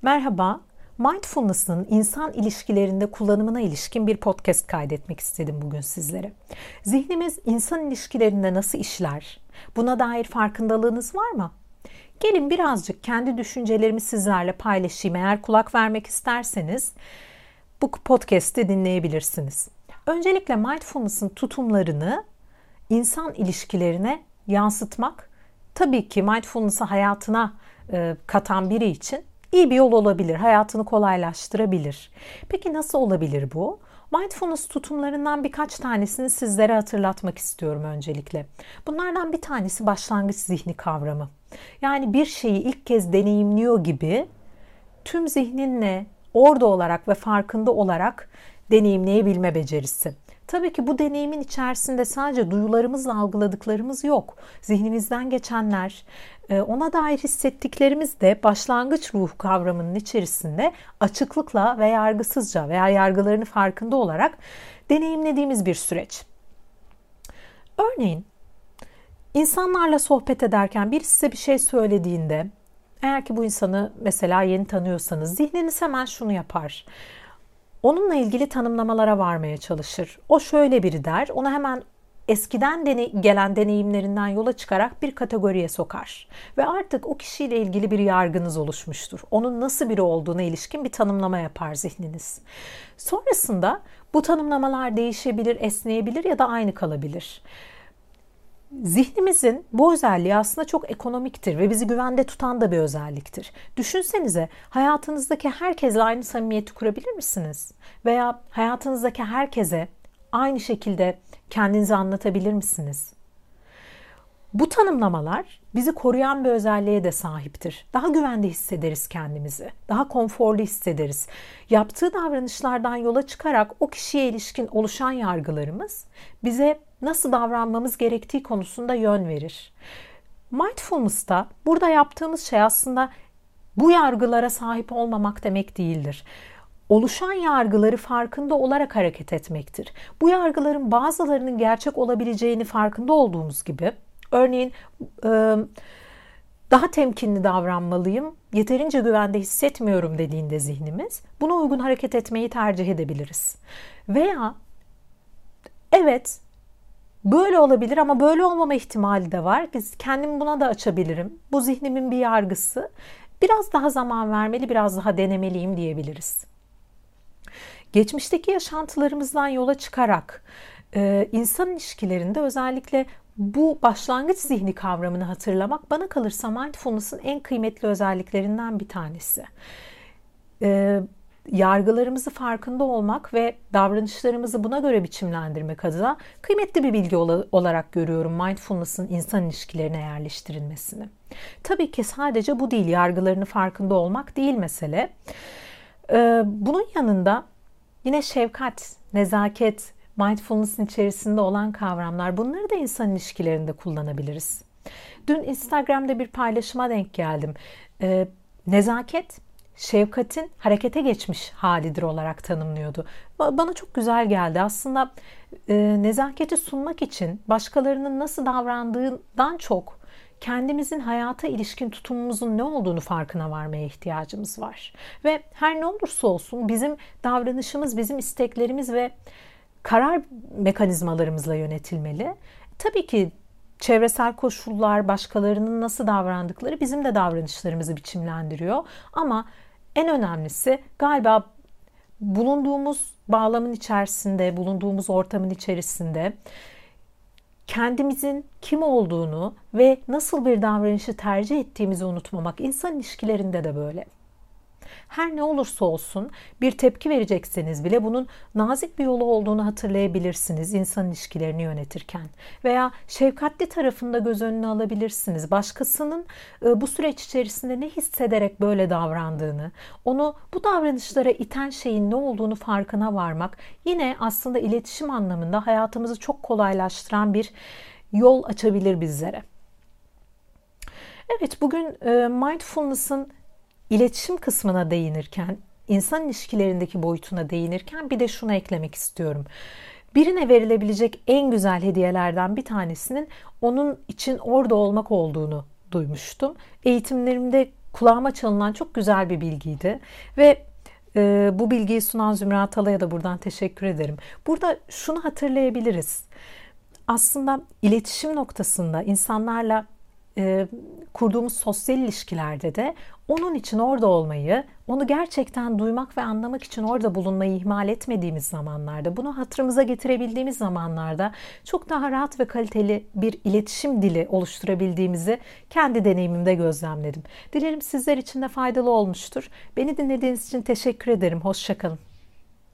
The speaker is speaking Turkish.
Merhaba, Mindfulness'ın insan ilişkilerinde kullanımına ilişkin bir podcast kaydetmek istedim bugün sizlere. Zihnimiz insan ilişkilerinde nasıl işler? Buna dair farkındalığınız var mı? Gelin birazcık kendi düşüncelerimi sizlerle paylaşayım. Eğer kulak vermek isterseniz bu podcast'i dinleyebilirsiniz. Öncelikle Mindfulness'ın tutumlarını insan ilişkilerine yansıtmak, tabii ki Mindfulness'ı hayatına katan biri için İyi bir yol olabilir, hayatını kolaylaştırabilir. Peki nasıl olabilir bu? Mindfulness tutumlarından birkaç tanesini sizlere hatırlatmak istiyorum öncelikle. Bunlardan bir tanesi başlangıç zihni kavramı. Yani bir şeyi ilk kez deneyimliyor gibi tüm zihninle orada olarak ve farkında olarak deneyimleyebilme becerisi. Tabii ki bu deneyimin içerisinde sadece duyularımızla algıladıklarımız yok. Zihnimizden geçenler, ona dair hissettiklerimiz de başlangıç ruh kavramının içerisinde açıklıkla ve yargısızca veya yargılarını farkında olarak deneyimlediğimiz bir süreç. Örneğin, insanlarla sohbet ederken biri size bir şey söylediğinde, eğer ki bu insanı mesela yeni tanıyorsanız zihniniz hemen şunu yapar. Onunla ilgili tanımlamalara varmaya çalışır. O şöyle biri der, onu hemen eskiden gelen deneyimlerinden yola çıkarak bir kategoriye sokar. Ve artık o kişiyle ilgili bir yargınız oluşmuştur. Onun nasıl biri olduğuna ilişkin bir tanımlama yapar zihniniz. Sonrasında bu tanımlamalar değişebilir, esneyebilir ya da aynı kalabilir. Zihnimizin bu özelliği aslında çok ekonomiktir ve bizi güvende tutan da bir özelliktir. Düşünsenize, hayatınızdaki herkesle aynı samimiyeti kurabilir misiniz? Veya hayatınızdaki herkese aynı şekilde kendinizi anlatabilir misiniz? Bu tanımlamalar bizi koruyan bir özelliğe de sahiptir. Daha güvende hissederiz kendimizi, daha konforlu hissederiz. Yaptığı davranışlardan yola çıkarak o kişiye ilişkin oluşan yargılarımız bize nasıl davranmamız gerektiği konusunda yön verir. Mindfulness'ta burada yaptığımız şey aslında bu yargılara sahip olmamak demek değildir. Oluşan yargıları farkında olarak hareket etmektir. Bu yargıların bazılarının gerçek olabileceğini farkında olduğumuz gibi, örneğin daha temkinli davranmalıyım, yeterince güvende hissetmiyorum dediğinde zihnimiz, buna uygun hareket etmeyi tercih edebiliriz. Veya evet, böyle olabilir ama böyle olmama ihtimali de var. Kendimi buna da açabilirim. Bu zihnimin bir yargısı. Biraz daha zaman vermeli, biraz daha denemeliyim diyebiliriz. Geçmişteki yaşantılarımızdan yola çıkarak insan ilişkilerinde özellikle bu başlangıç zihni kavramını hatırlamak bana kalırsa Mindfulness'ın en kıymetli özelliklerinden bir tanesi. Yargılarımızı farkında olmak ve davranışlarımızı buna göre biçimlendirmek adına kıymetli bir bilgi olarak görüyorum Mindfulness'ın insan ilişkilerine yerleştirilmesini. Tabii ki sadece bu değil, yargılarını farkında olmak değil mesele. Bunun yanında yine şefkat, nezaket, Mindfulness'ın içerisinde olan kavramlar, bunları da insan ilişkilerinde kullanabiliriz. Dün Instagram'da bir paylaşıma denk geldim. Nezaket, şefkatin harekete geçmiş halidir olarak tanımlıyordu. Bana çok güzel geldi. Aslında nezaketi sunmak için başkalarının nasıl davrandığından çok kendimizin hayata ilişkin tutumumuzun ne olduğunu farkına varmaya ihtiyacımız var. Ve her ne olursa olsun bizim davranışımız, bizim isteklerimiz ve karar mekanizmalarımızla yönetilmeli. Tabii ki çevresel koşullar, başkalarının nasıl davrandıkları bizim de davranışlarımızı biçimlendiriyor. Ama en önemlisi galiba bulunduğumuz bağlamın içerisinde, bulunduğumuz ortamın içerisinde kendimizin kim olduğunu ve nasıl bir davranışı tercih ettiğimizi unutmamak. İnsan ilişkilerinde de böyle. Her ne olursa olsun bir tepki verecekseniz bile bunun nazik bir yolu olduğunu hatırlayabilirsiniz insan ilişkilerini yönetirken. Veya şefkatli tarafında göz önüne alabilirsiniz. Başkasının bu süreç içerisinde ne hissederek böyle davrandığını, onu bu davranışlara iten şeyin ne olduğunu farkına varmak yine aslında iletişim anlamında hayatımızı çok kolaylaştıran bir yol açabilir bizlere. Evet, bugün Mindfulness'ın İletişim kısmına değinirken, insan ilişkilerindeki boyutuna değinirken bir de şunu eklemek istiyorum. Birine verilebilecek en güzel hediyelerden bir tanesinin onun için orada olmak olduğunu duymuştum. Eğitimlerimde kulağıma çalınan çok güzel bir bilgiydi. Ve bu bilgiyi sunan Zümra Atalay'a da buradan teşekkür ederim. Burada şunu hatırlayabiliriz. Aslında iletişim noktasında insanlarla kurduğumuz sosyal ilişkilerde de onun için orada olmayı, onu gerçekten duymak ve anlamak için orada bulunmayı ihmal etmediğimiz zamanlarda, bunu hatırımıza getirebildiğimiz zamanlarda çok daha rahat ve kaliteli bir iletişim dili oluşturabildiğimizi kendi deneyimimde gözlemledim. Dilerim sizler için de faydalı olmuştur. Beni dinlediğiniz için teşekkür ederim. Hoşça kalın.